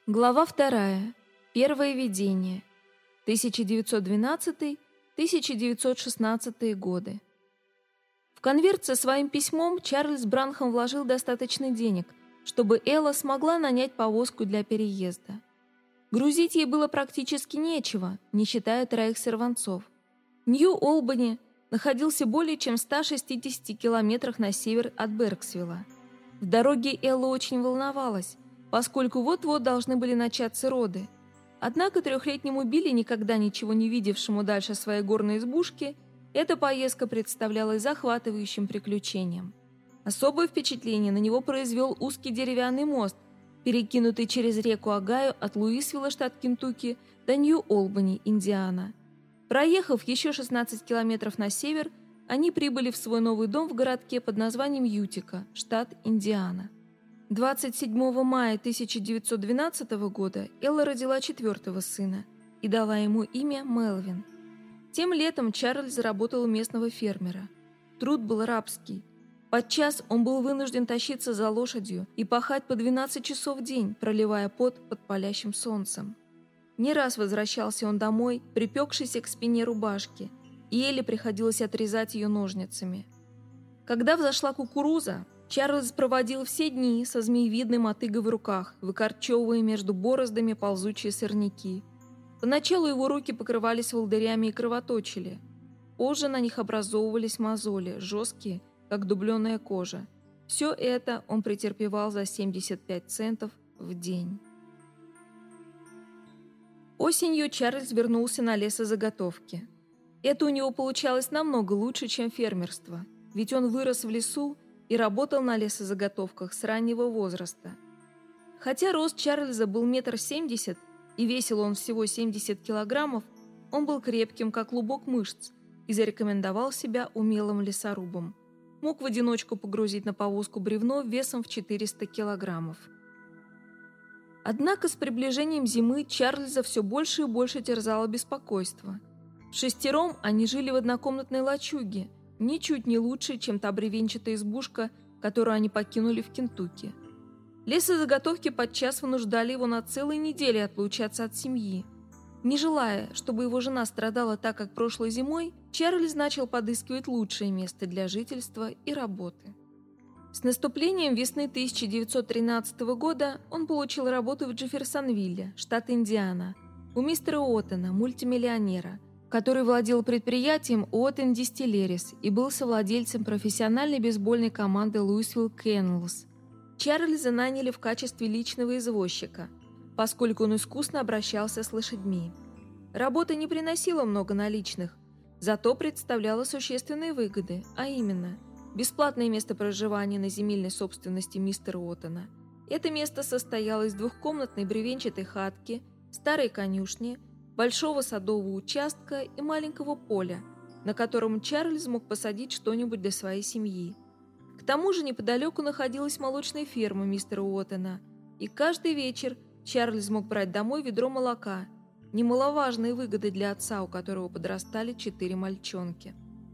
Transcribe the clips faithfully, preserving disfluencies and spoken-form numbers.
Глава вторая. Первое видение. тысяча девятьсот двенадцатый — тысяча девятьсот шестнадцатый годы. В конверт со своим письмом Чарльз Бранхам вложил достаточно денег, чтобы Элла смогла нанять повозку для переезда. Грузить ей было практически нечего, не считая троих сорванцов. Нью-Олбани находился более чем в ста шестидесяти километрах на север от Берксвилла. В дороге Элла очень волновалась, поскольку вот-вот должны были начаться роды. Однако трехлетнему Билли, никогда ничего не видевшему дальше своей горной избушки, эта поездка представлялась захватывающим приключением. Особое впечатление на него произвел узкий деревянный мост, перекинутый через реку Огайо от Луисвилла, штат Кентукки, до Нью-Олбани, Индиана. Проехав еще шестнадцать километров на север, они прибыли в свой новый дом в городке под названием Ютика, штат Индиана. двадцать седьмого мая тысяча девятьсот двенадцатого года Элла родила четвертого сына и дала ему имя Мелвин. Тем летом Чарльз заработал у местного фермера. Труд был рабский. Подчас он был вынужден тащиться за лошадью и пахать по двенадцать часов в день, проливая пот под палящим солнцем. Не раз возвращался он домой, припекшийся к спине рубашки, и Элле приходилось отрезать ее ножницами. Когда взошла кукуруза, Чарльз проводил все дни со змеевидной мотыгой в руках, выкорчевывая между бороздами ползучие сорняки. Поначалу его руки покрывались волдырями и кровоточили. Позже на них образовывались мозоли, жесткие, как дубленая кожа. Все это он претерпевал за семьдесят пять центов в день. Осенью Чарльз вернулся на лесозаготовки. Это у него получалось намного лучше, чем фермерство, ведь он вырос в лесу и работал на лесозаготовках с раннего возраста. Хотя рост Чарльза был метр семьдесят и весил он всего семьдесят килограммов, он был крепким, как клубок мышц, и зарекомендовал себя умелым лесорубом. Мог в одиночку погрузить на повозку бревно весом в четыреста килограммов. Однако с приближением зимы Чарльза все больше и больше терзало беспокойство. Вшестером они жили в однокомнатной лачуге, ничуть не лучше, чем та бревенчатая избушка, которую они покинули в Кентукки. Лесозаготовки подчас вынуждали его на целые недели отлучаться от семьи. Не желая, чтобы его жена страдала так, как прошлой зимой, Чарльз начал подыскивать лучшее место для жительства и работы. С наступлением весны тысяча девятьсот тринадцатого года он получил работу в Джефферсонвилле, штат Индиана, у мистера Уоттена, мультимиллионера, который владел предприятием Уоттен Дистиллерис и был совладельцем профессиональной бейсбольной команды Луисвилл Кеннелс. Чарльза наняли в качестве личного извозчика, поскольку он искусно обращался с лошадьми. Работа не приносила много наличных, зато представляла существенные выгоды, а именно бесплатное место проживания на земельной собственности мистера Уоттена. Это место состояло из двухкомнатной бревенчатой хатки, старой конюшни, большого садового участка и маленького поля, на котором Чарльз мог посадить что-нибудь для своей семьи. К тому же неподалеку находилась молочная ферма мистера Уоттена, и каждый вечер Чарльз мог брать домой ведро молока, немаловажные выгоды для отца, у которого подрастали четыре мальчонки.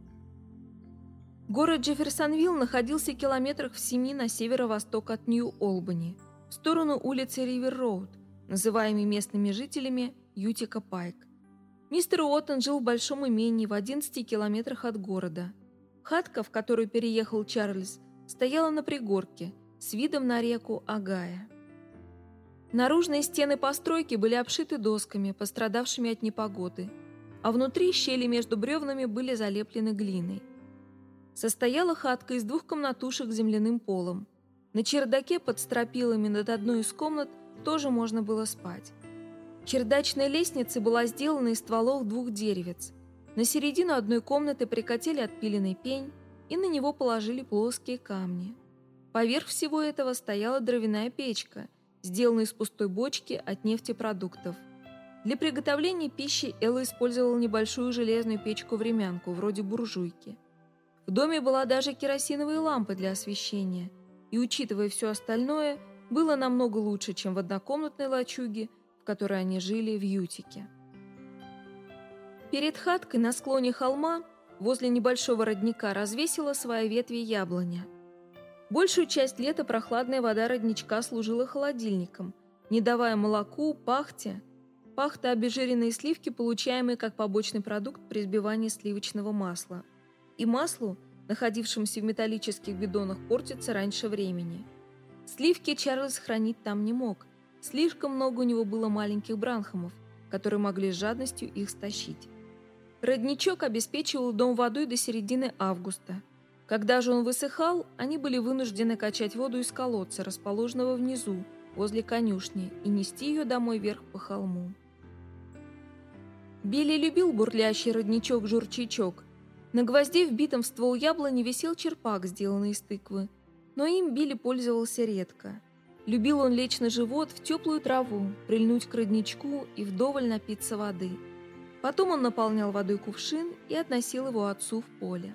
Город Джефферсонвилл находился в километрах в семи на северо-восток от Нью-Олбани, в сторону улицы Ривер-Роуд, называемой местными жителями Ютика Пайк. Мистер Уоттен жил в большом имении в одиннадцати километрах от города. Хатка, в которую переехал Чарльз, стояла на пригорке с видом на реку Огайо. Наружные стены постройки были обшиты досками, пострадавшими от непогоды, а внутри щели между бревнами были залеплены глиной. Состояла хатка из двух комнатушек с земляным полом. На чердаке под стропилами над одной из комнат тоже можно было спать. Чердачная лестница была сделана из стволов двух деревец. На середину одной комнаты прикатили отпиленный пень и на него положили плоские камни. Поверх всего этого стояла дровяная печка, сделанная из пустой бочки от нефтепродуктов. Для приготовления пищи Элла использовала небольшую железную печку-времянку, вроде буржуйки. В доме была даже керосиновая лампа для освещения, и, учитывая все остальное, было намного лучше, чем в однокомнатной лачуге, в которой они жили в Ютике. Перед хаткой на склоне холма, возле небольшого родника, развесила свои ветви яблоня. Большую часть лета прохладная вода родничка служила холодильником, не давая молоку, пахте. Пахта – обезжиренные сливки, получаемые как побочный продукт при взбивании сливочного масла. И маслу, находившемуся в металлических бидонах, портится раньше времени. Сливки Чарльз хранить там не мог. Слишком много у него было маленьких Бранхамов, которые могли с жадностью их стащить. Родничок обеспечивал дом водой до середины августа. Когда же он высыхал, они были вынуждены качать воду из колодца, расположенного внизу, возле конюшни, и нести ее домой вверх по холму. Билли любил бурлящий родничок-журчачок. На гвозде, вбитом в ствол яблони, висел черпак, сделанный из тыквы, но им Билли пользовался редко. Любил он лечь на живот в теплую траву, прильнуть к родничку и вдоволь напиться воды. Потом он наполнял водой кувшин и относил его отцу в поле.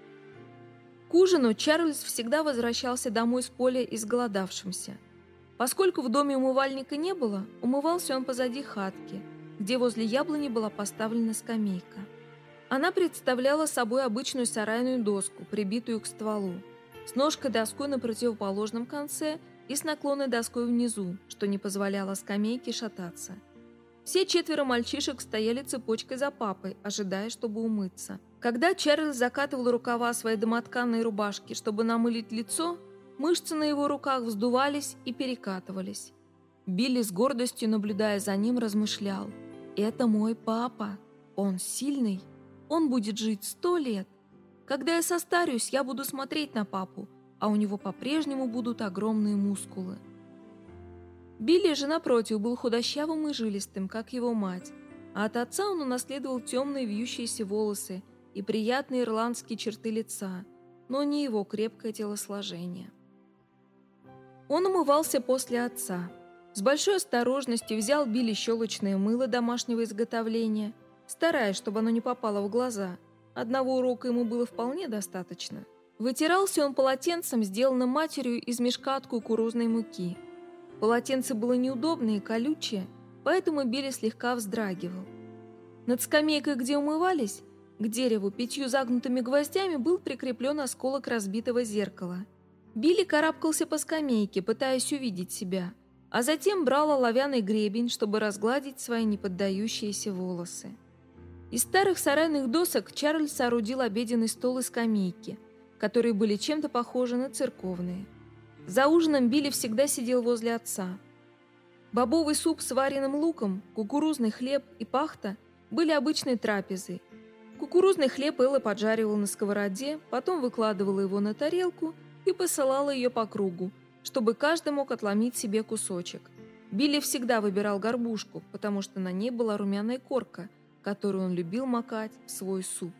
К ужину Чарльз всегда возвращался домой с поля изголодавшимся. Поскольку в доме умывальника не было, умывался он позади хатки, где возле яблони была поставлена скамейка. Она представляла собой обычную сарайную доску, прибитую к стволу, с ножкой-доской на противоположном конце и с наклонной доской внизу, что не позволяло скамейке шататься. Все четверо мальчишек стояли цепочкой за папой, ожидая, чтобы умыться. Когда Чарльз закатывал рукава своей домотканной рубашки, чтобы намылить лицо, мышцы на его руках вздувались и перекатывались. Билли с гордостью, наблюдая за ним, размышлял: «Это мой папа. Он сильный. Он будет жить сто лет. Когда я состарюсь, я буду смотреть на папу, а у него по-прежнему будут огромные мускулы». Билли же, напротив, был худощавым и жилистым, как его мать, а от отца он унаследовал темные вьющиеся волосы и приятные ирландские черты лица, но не его крепкое телосложение. Он умывался после отца. С большой осторожностью взял Билли щелочное мыло домашнего изготовления, стараясь, чтобы оно не попало в глаза. Одного урока ему было вполне достаточно. Вытирался он полотенцем, сделанным матерью из мешка от кукурузной муки. Полотенце было неудобное и колючее, поэтому Билли слегка вздрагивал. Над скамейкой, где умывались, к дереву пятью загнутыми гвоздями был прикреплен осколок разбитого зеркала. Билли карабкался по скамейке, пытаясь увидеть себя, а затем брал оловянный гребень, чтобы разгладить свои неподдающиеся волосы. Из старых сарайных досок Чарльз соорудил обеденный стол и скамейки, которые были чем-то похожи на церковные. За ужином Билли всегда сидел возле отца. Бобовый суп с вареным луком, кукурузный хлеб и пахта были обычной трапезой. Кукурузный хлеб Элла поджаривала на сковороде, потом выкладывала его на тарелку и посылала ее по кругу, чтобы каждый мог отломить себе кусочек. Билли всегда выбирал горбушку, потому что на ней была румяная корка, которую он любил макать в свой суп.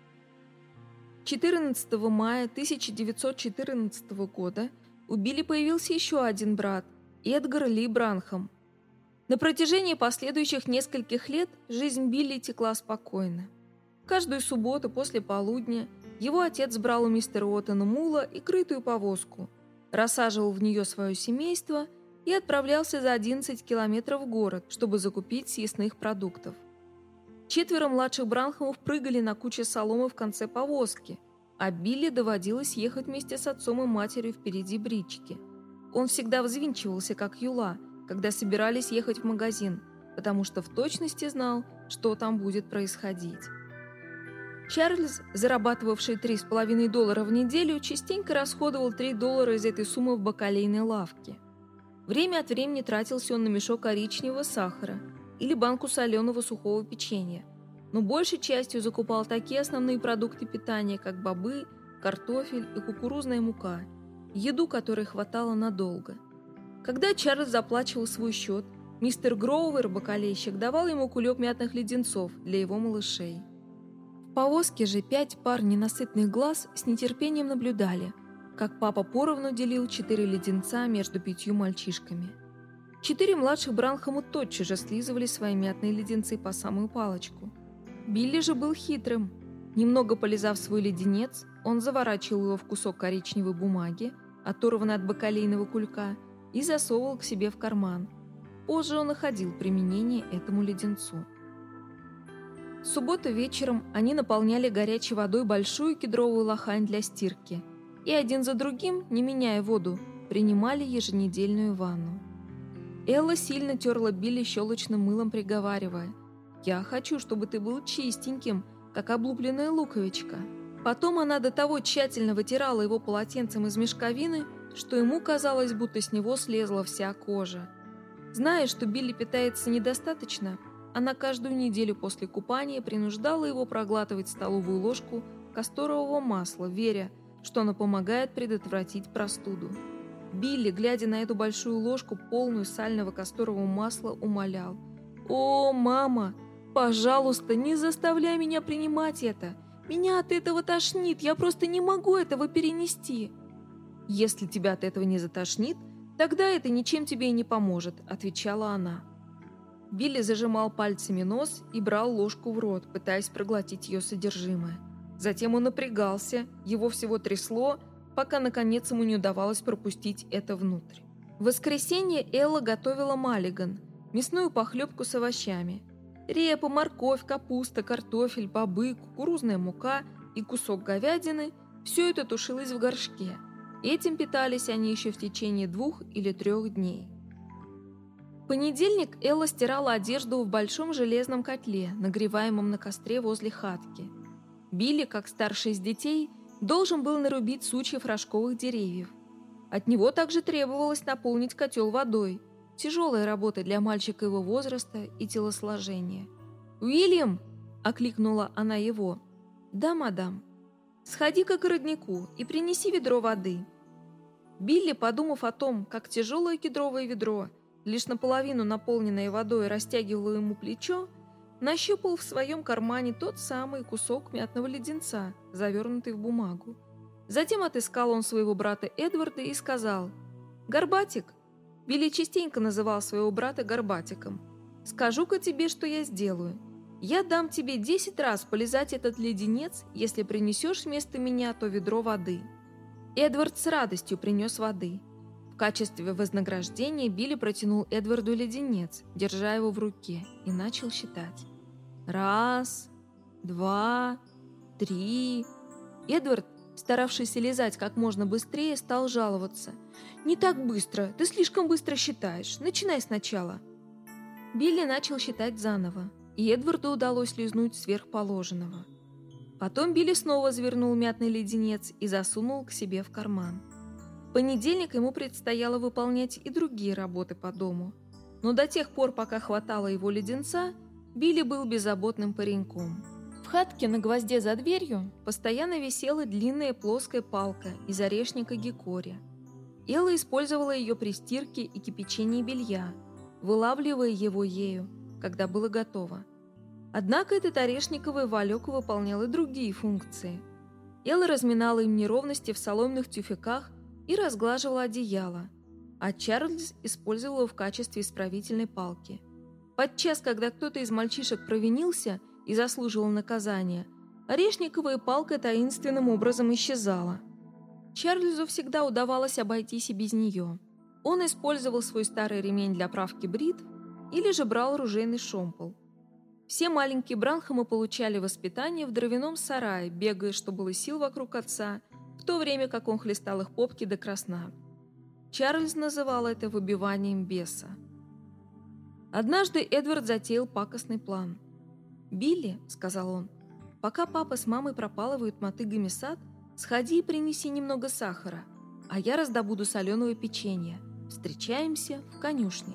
четырнадцатого мая тысяча девятьсот четырнадцатого года у Билли появился еще один брат – Эдгар Ли Бранхам. На протяжении последующих нескольких лет жизнь Билли текла спокойно. Каждую субботу после полудня его отец брал у мистера Уоттона мула и крытую повозку, рассаживал в нее свое семейство и отправлялся за одиннадцать километров в город, чтобы закупить съестных продуктов. Четверо младших Бранхамов прыгали на куче соломы в конце повозки, а Билли доводилось ехать вместе с отцом и матерью впереди брички. Он всегда взвинчивался, как юла, когда собирались ехать в магазин, потому что в точности знал, что там будет происходить. Чарльз, зарабатывавший три с половиной доллара в неделю, частенько расходовал три доллара из этой суммы в бакалейной лавке. Время от времени тратился он на мешок коричневого сахара или банку соленого сухого печенья, но большей частью закупал такие основные продукты питания, как бобы, картофель и кукурузная мука, еду которой хватало надолго. Когда Чарльз заплачивал свой счет, мистер Гроувер, бакалейщик, давал ему кулек мятных леденцов для его малышей. В повозке же пять пар ненасытных глаз с нетерпением наблюдали, как папа поровну делил четыре леденца между пятью мальчишками. Четыре младших Бранхама тотчас же слизывали свои мятные леденцы по самую палочку. Билли же был хитрым. Немного полизав свой леденец, он заворачивал его в кусок коричневой бумаги, оторванный от бакалейного кулька, и засовывал к себе в карман. Позже он находил применение этому леденцу. В субботу вечером они наполняли горячей водой большую кедровую лохань для стирки и один за другим, не меняя воду, принимали еженедельную ванну. Элла сильно терла Билли щелочным мылом, приговаривая: «Я хочу, чтобы ты был чистеньким, как облупленная луковичка». Потом она до того тщательно вытирала его полотенцем из мешковины, что ему казалось, будто с него слезла вся кожа. Зная, что Билли питается недостаточно, она каждую неделю после купания принуждала его проглатывать столовую ложку касторового масла, веря, что оно помогает предотвратить простуду. Билли, глядя на эту большую ложку, полную сального касторового масла, умолял: «О, мама, пожалуйста, не заставляй меня принимать это! Меня от этого тошнит, я просто не могу этого перенести!» «Если тебя от этого не затошнит, тогда это ничем тебе и не поможет», — отвечала она. Билли зажимал пальцами нос и брал ложку в рот, пытаясь проглотить ее содержимое. Затем он напрягался, его всего трясло, пока, наконец, ему не удавалось пропустить это внутрь. В воскресенье Элла готовила маллиган, мясную похлебку с овощами. Репа, морковь, капуста, картофель, бобы, кукурузная мука и кусок говядины – все это тушилось в горшке. Этим питались они еще в течение двух или трех дней. В понедельник Элла стирала одежду в большом железном котле, нагреваемом на костре возле хатки. Билли, как старший из детей, должен был нарубить сучьев рожковых деревьев. От него также требовалось наполнить котел водой. Тяжелая работа для мальчика его возраста и телосложения. «Уильям!» – окликнула она его. «Да, мадам». «Сходи-ка к роднику и принеси ведро воды». Билли, подумав о том, как тяжелое кедровое ведро, лишь наполовину наполненное водой, растягивало ему плечо, нащупал в своем кармане тот самый кусок мятного леденца, завернутый в бумагу. Затем отыскал он своего брата Эдварда и сказал: «Горбатик». Билли частенько называл своего брата Горбатиком. «Скажу-ка тебе, что я сделаю. Я дам тебе десять раз полизать этот леденец, если принесешь вместо меня то ведро воды». Эдвард с радостью принес воды. В качестве вознаграждения Билли протянул Эдварду леденец, держа его в руке, и начал считать. Раз, два, три. Эдвард, старавшийся лизать как можно быстрее, стал жаловаться. «Не так быстро, ты слишком быстро считаешь. Начинай сначала». Билли начал считать заново, и Эдварду удалось лизнуть сверхположенного. Потом Билли снова завернул мятный леденец и засунул к себе в карман. В понедельник ему предстояло выполнять и другие работы по дому. Но до тех пор, пока хватало его леденца, Билли был беззаботным пареньком. В хатке на гвозде за дверью постоянно висела длинная плоская палка из орешника гикори. Элла использовала ее при стирке и кипячении белья, вылавливая его ею, когда было готово. Однако этот орешниковый валек выполнял и другие функции. Элла разминала им неровности в соломенных тюфяках и разглаживала одеяло, а Чарльз использовал его в качестве исправительной палки. Подчас, когда кто-то из мальчишек провинился и заслуживал наказания, орешниковая палка таинственным образом исчезала. Чарльзу всегда удавалось обойтись и без нее. Он использовал свой старый ремень для правки бритв или же брал ружейный шомпол. Все маленькие Бранхамы получали воспитание в дровяном сарае, бегая, что было сил, вокруг отца, в то время как он хлестал их попки до красна. Чарльз называл это выбиванием беса. Однажды Эдвард затеял пакостный план. «Билли», — сказал он, — «пока папа с мамой пропалывают мотыгами сад, сходи и принеси немного сахара, а я раздобуду соленого печенья. Встречаемся в конюшне».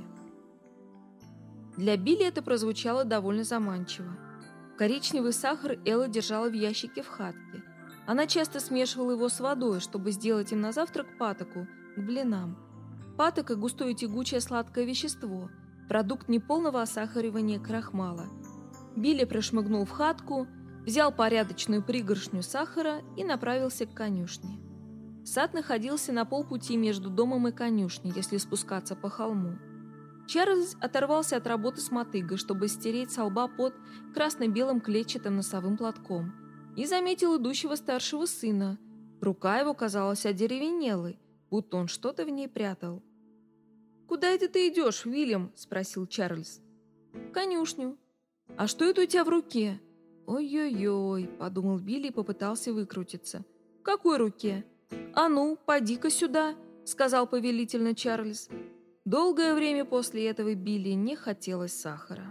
Для Билли это прозвучало довольно заманчиво. Коричневый сахар Элла держала в ящике в хатке. Она часто смешивала его с водой, чтобы сделать им на завтрак патоку к блинам. Патока – густое тягучее сладкое вещество, продукт неполного осахаривания крахмала. Билли прошмыгнул в хатку, взял порядочную пригоршню сахара и направился к конюшне. Сад находился на полпути между домом и конюшней, если спускаться по холму. Чарльз оторвался от работы с мотыгой, чтобы стереть со лба пот красно-белым клетчатым носовым платком, и заметил идущего старшего сына. Рука его казалась одеревенелой, будто он что-то в ней прятал. «Куда это ты идешь, Уильям?» – спросил Чарльз. «В конюшню». «А что это у тебя в руке?» «Ой-ой-ой», – подумал Билли и попытался выкрутиться. «В какой руке?» «А ну, поди-ка сюда», – сказал повелительно Чарльз. Долгое время после этого Билли не хотелось сахара.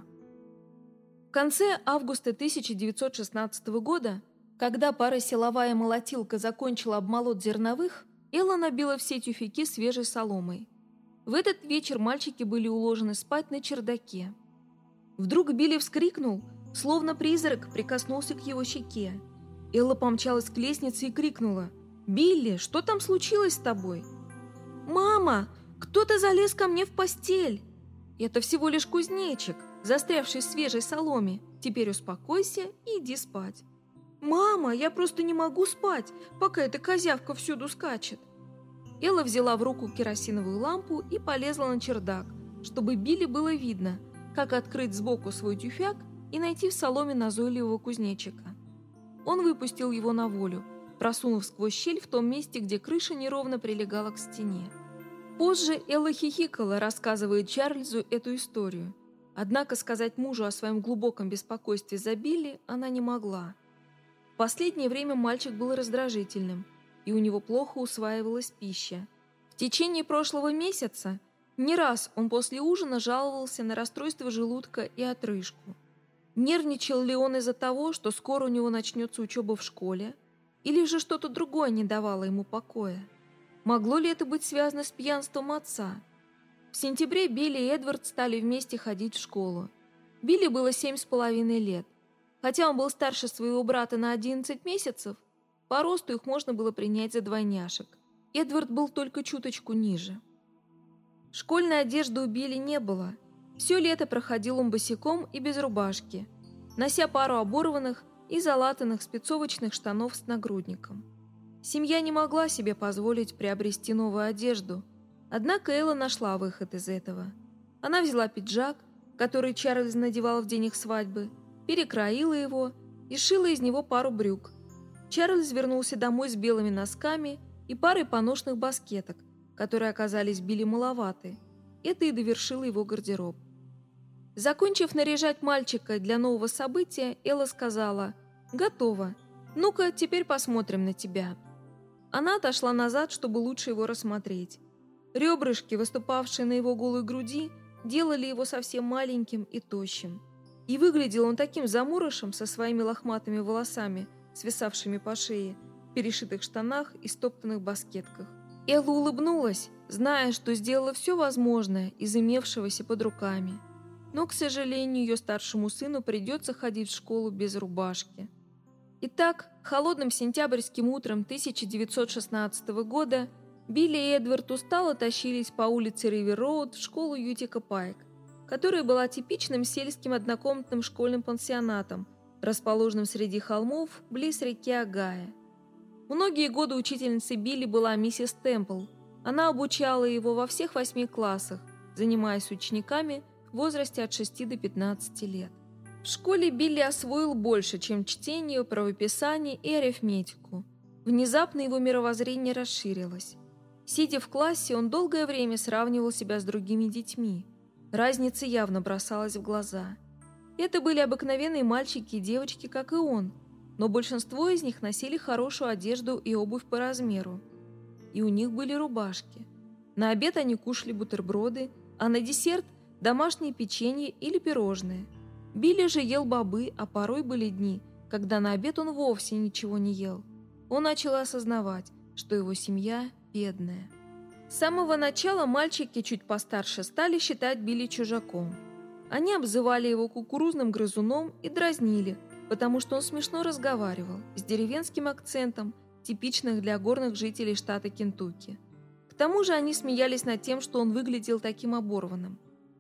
В конце августа тысяча девятьсот шестнадцатого года, когда паросиловая молотилка закончила обмолот зерновых, Элла набила все тюфяки свежей соломой. В этот вечер мальчики были уложены спать на чердаке. Вдруг Билли вскрикнул, словно призрак прикоснулся к его щеке. Элла помчалась к лестнице и крикнула: «Билли, что там случилось с тобой?» «Мама, кто-то залез ко мне в постель!» «Это всего лишь кузнечик, застрявший в свежей соломе. Теперь успокойся и иди спать». «Мама, я просто не могу спать, пока эта козявка всюду скачет». Элла взяла в руку керосиновую лампу и полезла на чердак, чтобы Билли было видно, как открыть сбоку свой тюфяк и найти в соломе назойливого кузнечика. Он выпустил его на волю, просунув сквозь щель в том месте, где крыша неровно прилегала к стене. Позже Элла хихикала, рассказывая Чарльзу эту историю. Однако сказать мужу о своем глубоком беспокойстве за Билли она не могла. В последнее время мальчик был раздражительным, и у него плохо усваивалась пища. В течение прошлого месяца не раз он после ужина жаловался на расстройство желудка и отрыжку. Нервничал ли он из-за того, что скоро у него начнется учеба в школе, или же что-то другое не давало ему покоя? Могло ли это быть связано с пьянством отца? В сентябре Билли и Эдвард стали вместе ходить в школу. Билли было семь с половиной лет. Хотя он был старше своего брата на одиннадцать месяцев, по росту их можно было принять за двойняшек. Эдвард был только чуточку ниже. Школьной одежды у Билли не было. Все лето проходил он босиком и без рубашки, нося пару оборванных и залатанных спецовочных штанов с нагрудником. Семья не могла себе позволить приобрести новую одежду, однако Элла нашла выход из этого. Она взяла пиджак, который Чарльз надевал в день их свадьбы, перекроила его и сшила из него пару брюк. Чарльз вернулся домой с белыми носками и парой поношенных баскеток, которые оказались Билли маловаты. Это и довершило его гардероб. Закончив наряжать мальчика для нового события, Элла сказала: «Готово. Ну-ка, теперь посмотрим на тебя». Она отошла назад, чтобы лучше его рассмотреть. Ребрышки, выступавшие на его голой груди, делали его совсем маленьким и тощим. И выглядел он таким замурышем со своими лохматыми волосами, свисавшими по шее, в перешитых штанах и стоптанных баскетках. Элла улыбнулась, зная, что сделала все возможное из имевшегося под руками. Но, к сожалению, ее старшему сыну придется ходить в школу без рубашки. Итак, холодным сентябрьским утром тысяча девятьсот шестнадцатого года Билли и Эдвард устало тащились по улице Ривер-Роуд в школу Ютика Пайк, которая была типичным сельским однокомнатным школьным пансионатом, расположенным среди холмов близ реки Огайо. Многие годы учительницей Билли была миссис Темпл. Она обучала его во всех восьми классах, занимаясь с учениками в возрасте от шести до пятнадцати лет. В школе Билли освоил больше, чем чтение, правописание и арифметику. Внезапно его мировоззрение расширилось. Сидя в классе, он долгое время сравнивал себя с другими детьми. Разница явно бросалась в глаза. Это были обыкновенные мальчики и девочки, как и он, но большинство из них носили хорошую одежду и обувь по размеру. И у них были рубашки. На обед они кушали бутерброды, а на десерт – домашнее печенье или пирожные. Билли же ел бобы, а порой были дни, когда на обед он вовсе ничего не ел. Он начал осознавать, что его семья бедная. С самого начала мальчики чуть постарше стали считать Билли чужаком. Они обзывали его кукурузным грызуном и дразнили, потому что он смешно разговаривал, с деревенским акцентом, типичных для горных жителей штата Кентукки. К тому же они смеялись над тем, что он выглядел таким оборванным.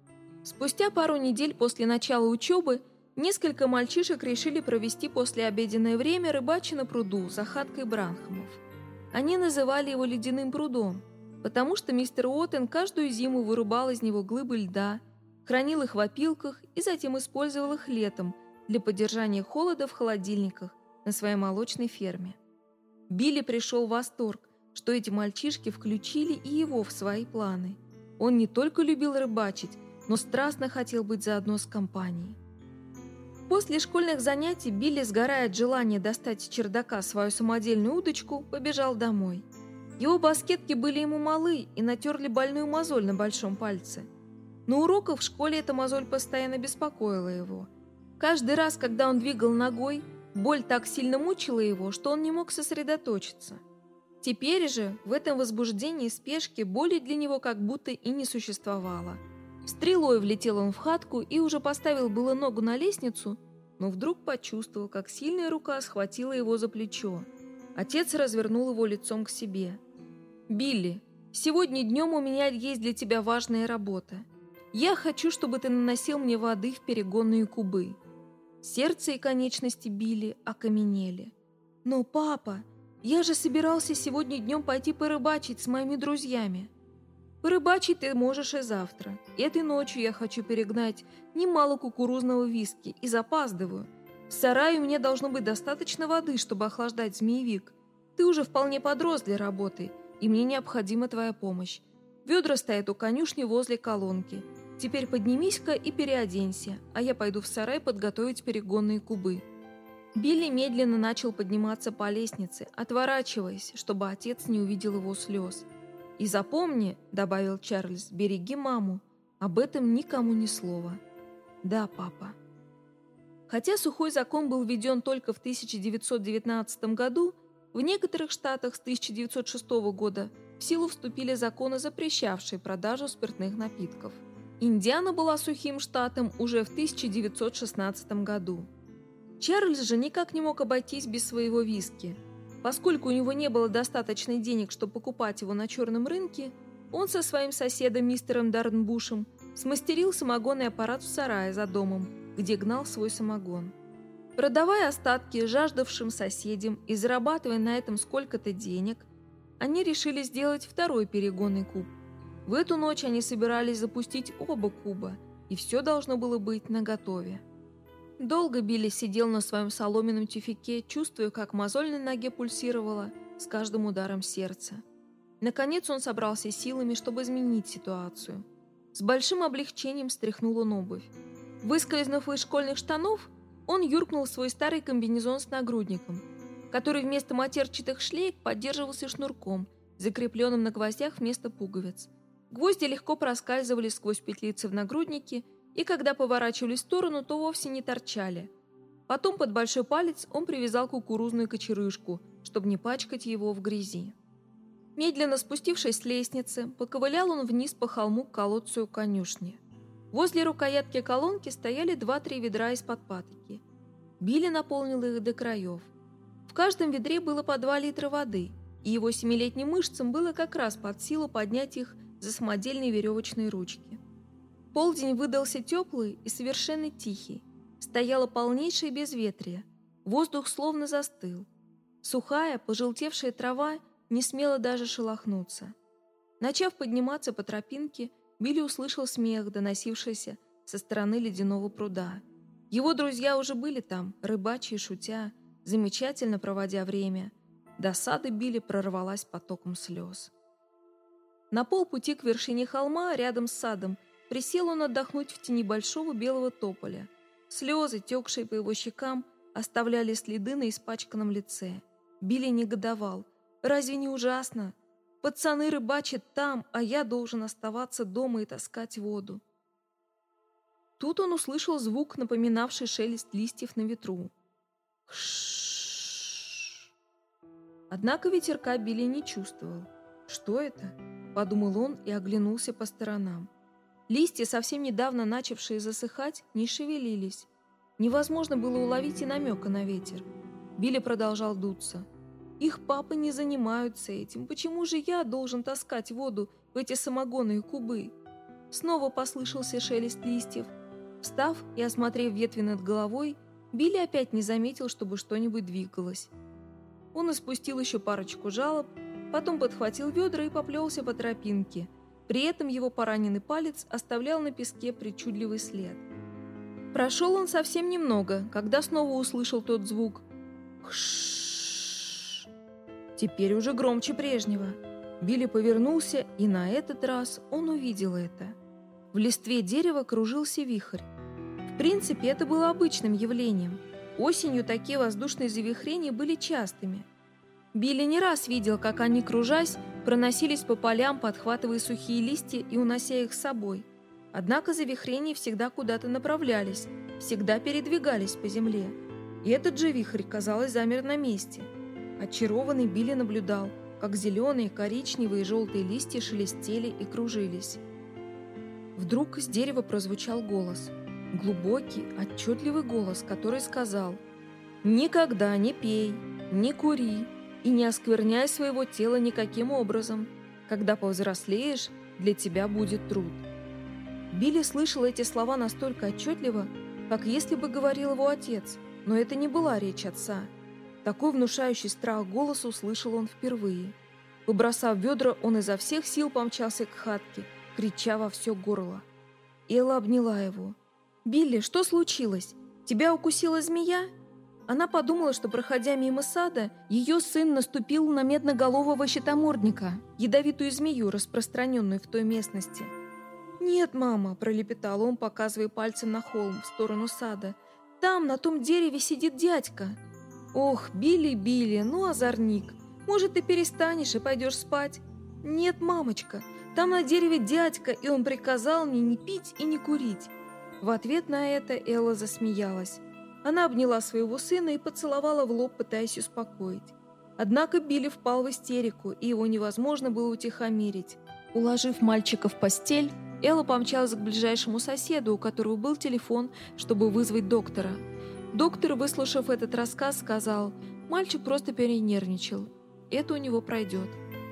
Спустя пару недель после начала учебы несколько мальчишек решили провести послеобеденное время рыбача на пруду за хаткой Бранхамов. Они называли его «ледяным прудом», потому что мистер Уоттен каждую зиму вырубал из него глыбы льда, хранил их в опилках и затем использовал их летом для поддержания холода в холодильниках на своей молочной ферме. Билли пришел в восторг, что эти мальчишки включили и его в свои планы. Он не только любил рыбачить, но страстно хотел быть заодно с компанией. После школьных занятий Билли, сгорая от желания достать с чердака свою самодельную удочку, побежал домой. Его баскетки были ему малы и натерли больную мозоль на большом пальце. На уроках в школе эта мозоль постоянно беспокоила его. Каждый раз, когда он двигал ногой, боль так сильно мучила его, что он не мог сосредоточиться. Теперь же, в этом возбуждении и спешке, боли для него как будто и не существовало. Стрелой влетел он в хатку и уже поставил было ногу на лестницу, но вдруг почувствовал, как сильная рука схватила его за плечо. Отец развернул его лицом к себе. «Билли, сегодня днем у меня есть для тебя важная работа. Я хочу, чтобы ты наносил мне воды в перегонные кубы». Сердце и конечности Билли окаменели. «Но, папа, я же собирался сегодня днем пойти порыбачить с моими друзьями». «Порыбачить ты можешь и завтра. Этой ночью я хочу перегнать немало кукурузного виски и запаздываю. В сарае у меня должно быть достаточно воды, чтобы охлаждать змеевик. Ты уже вполне подрос для работы, и мне необходима твоя помощь. Ведра стоят у конюшни возле колонки. Теперь поднимись-ка и переоденься, а я пойду в сарай подготовить перегонные кубы». Билли медленно начал подниматься по лестнице, отворачиваясь, чтобы отец не увидел его слез. «И запомни, — добавил Чарльз, — береги маму. Об этом никому ни слова». «Да, папа». Хотя сухой закон был введен только в тысяча девятьсот девятнадцатом году, в некоторых штатах с тысяча девятьсот шестого года в силу вступили законы, запрещавшие продажу спиртных напитков. Индиана была сухим штатом уже в тысяча девятьсот шестнадцатом году. Чарльз же никак не мог обойтись без своего виски. Поскольку у него не было достаточно денег, чтобы покупать его на черном рынке, он со своим соседом мистером Дарнбушем смастерил самогонный аппарат в сарае за домом, где гнал свой самогон. Продавая остатки жаждавшим соседям и зарабатывая на этом сколько-то денег, они решили сделать второй перегонный куб. В эту ночь они собирались запустить оба куба, и все должно было быть наготове. Долго Билли сидел на своем соломенном тюфяке, чувствуя, как мозоль на ноге пульсировала с каждым ударом сердца. Наконец он собрался силами, чтобы изменить ситуацию. С большим облегчением стряхнул он обувь. Выскользнув из школьных штанов, он юркнул в свой старый комбинезон с нагрудником, который вместо матерчатых шлейк поддерживался шнурком, закрепленным на гвоздях вместо пуговиц. Гвозди легко проскальзывали сквозь петлицы в нагруднике, и когда поворачивались в сторону, то вовсе не торчали. Потом под большой палец он привязал кукурузную кочерышку, чтобы не пачкать его в грязи. Медленно спустившись с лестницы, поковылял он вниз по холму к колодцу у конюшни. Возле рукоятки колонки стояли два-три ведра из-под патоки. Билли наполнил их до краев. В каждом ведре было по два литра воды, и его семилетним мышцам было как раз под силу поднять их за самодельные веревочные ручки. Полдень выдался теплый и совершенно тихий. Стояло полнейшее безветрие. Воздух словно застыл. Сухая, пожелтевшая трава не смела даже шелохнуться. Начав подниматься по тропинке, Билли услышал смех, доносившийся со стороны ледяного пруда. Его друзья уже были там, рыбачьи, шутя, замечательно проводя время. Досада Билли прорвалась потоком слез. На полпути к вершине холма, рядом с садом, присел он отдохнуть в тени большого белого тополя. Слезы, текшие по его щекам, оставляли следы на испачканном лице. Билли негодовал. «Разве не ужасно? Пацаны рыбачат там, а я должен оставаться дома и таскать воду». Тут он услышал звук, напоминавший шелест листьев на ветру. Ш-ш-ш. Однако ветерка Билли не чувствовал. «Что это?» – подумал он и оглянулся по сторонам. Листья, совсем недавно начавшие засыхать, не шевелились. Невозможно было уловить и намека на ветер. Билли продолжал дуться. «Их папы не занимаются этим. Почему же я должен таскать воду в эти самогонные кубы?» Снова послышался шелест листьев. Встав и осмотрев ветви над головой, Билли опять не заметил, чтобы что-нибудь двигалось. Он испустил еще парочку жалоб, потом подхватил ведра и поплелся по тропинке. При этом его пораненный палец оставлял на песке причудливый след. Прошел он совсем немного, когда снова услышал тот звук. Хш. Теперь уже громче прежнего. Билли повернулся, и на этот раз он увидел это. В листве дерева кружился вихрь. В принципе, это было обычным явлением. Осенью такие воздушные завихрения были частыми. Билли не раз видел, как они, кружась, проносились по полям, подхватывая сухие листья и унося их с собой. Однако завихрения всегда куда-то направлялись, всегда передвигались по земле. И этот же вихрь, казалось, замер на месте. Очарованный Билли наблюдал, как зеленые, коричневые и желтые листья шелестели и кружились. Вдруг с дерева прозвучал голос. Глубокий, отчетливый голос, который сказал: «Никогда не пей, не кури и не оскверняй своего тела никаким образом. Когда повзрослеешь, для тебя будет труд». Билли слышал эти слова настолько отчетливо, как если бы говорил его отец, но это не была речь отца. Такой внушающий страх голос услышал он впервые. Побросав ведра, он изо всех сил помчался к хатке, крича во все горло. Элла обняла его. «Билли, что случилось? Тебя укусила змея?» Она подумала, что, проходя мимо сада, ее сын наступил на медноголового щитомордника, ядовитую змею, распространенную в той местности. «Нет, мама», – пролепетал он, показывая пальцем на холм в сторону сада. «Там, на том дереве, сидит дядька». «Ох, Билли, Билли, ну озорник. Может, ты перестанешь и пойдешь спать?» «Нет, мамочка, там на дереве дядька, и он приказал мне не пить и не курить». В ответ на это Элла засмеялась. Она обняла своего сына и поцеловала в лоб, пытаясь успокоить. Однако Билли впал в истерику, и его невозможно было утихомирить. Уложив мальчика в постель, Элла помчалась к ближайшему соседу, у которого был телефон, чтобы вызвать доктора. Доктор, выслушав этот рассказ, сказал: «Мальчик просто перенервничал. Это у него пройдет».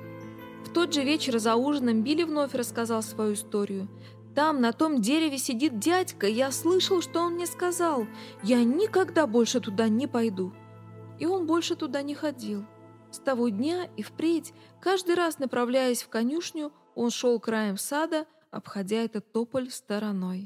В тот же вечер за ужином Билли вновь рассказал свою историю. «Там, на том дереве, сидит дядька. Я слышал, что он мне сказал. Я никогда больше туда не пойду». И он больше туда не ходил. С того дня и впредь, каждый раз направляясь в конюшню, он шел краем сада, обходя этот тополь стороной.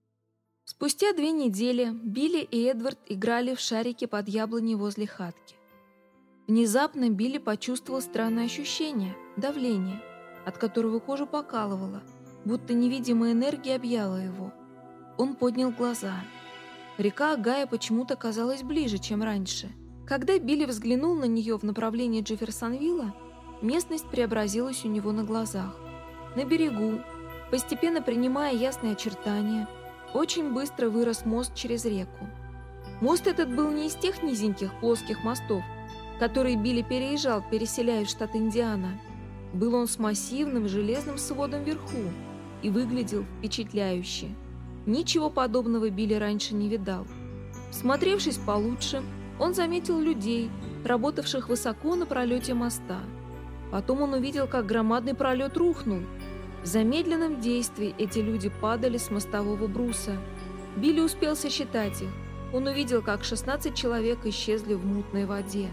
Спустя две недели Билли и Эдвард играли в шарики под яблоней возле хатки. Внезапно Билли почувствовал странное ощущение, давление, от которого кожу покалывало, будто невидимая энергия объяла его. Он поднял глаза. Река Огайо почему-то казалась ближе, чем раньше. Когда Билли взглянул на нее в направлении Джефферсонвилла, местность преобразилась у него на глазах. На берегу, постепенно принимая ясные очертания, очень быстро вырос мост через реку. Мост этот был не из тех низеньких плоских мостов, которые Билли переезжал, переселяя в штат Индиана. Был он с массивным железным сводом вверху и выглядел впечатляюще. Ничего подобного Билли раньше не видал. Всмотревшись получше, он заметил людей, работавших высоко на пролете моста. Потом он увидел, как громадный пролет рухнул. В замедленном действии эти люди падали с мостового бруса. Билли успел сосчитать их. Он увидел, как шестнадцать человек исчезли в мутной воде.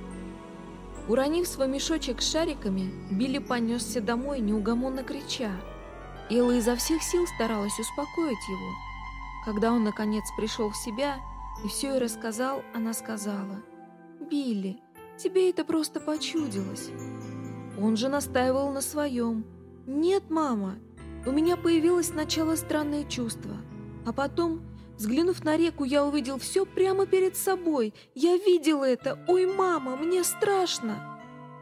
Уронив свой мешочек с шариками, Билли понесся домой, неугомонно крича. Элла изо всех сил старалась успокоить его. Когда он, наконец, пришел в себя и все ей рассказал, она сказала: «Билли, тебе это просто почудилось». Он же настаивал на своем. «Нет, мама, у меня появилось сначала странное чувство, а потом, взглянув на реку, я увидел все прямо перед собой. Я видел это. Ой, мама, мне страшно».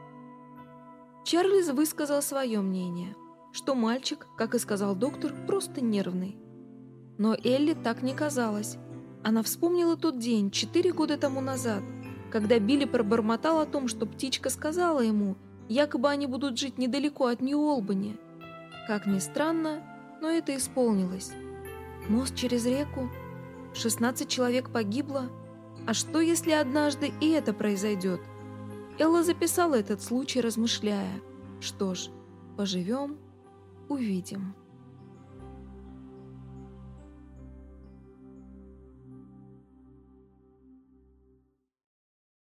Чарльз высказал свое мнение, что мальчик, как и сказал доктор, просто нервный. Но Элли так не казалось. Она вспомнила тот день, четыре года тому назад, когда Билли пробормотал о том, что птичка сказала ему, якобы они будут жить недалеко от Нью-Олбани. Как ни странно, но это исполнилось. Мост через реку, шестнадцать человек погибло. А что, если однажды и это произойдет? Элла записала этот случай, размышляя: что ж, поживем, увидим.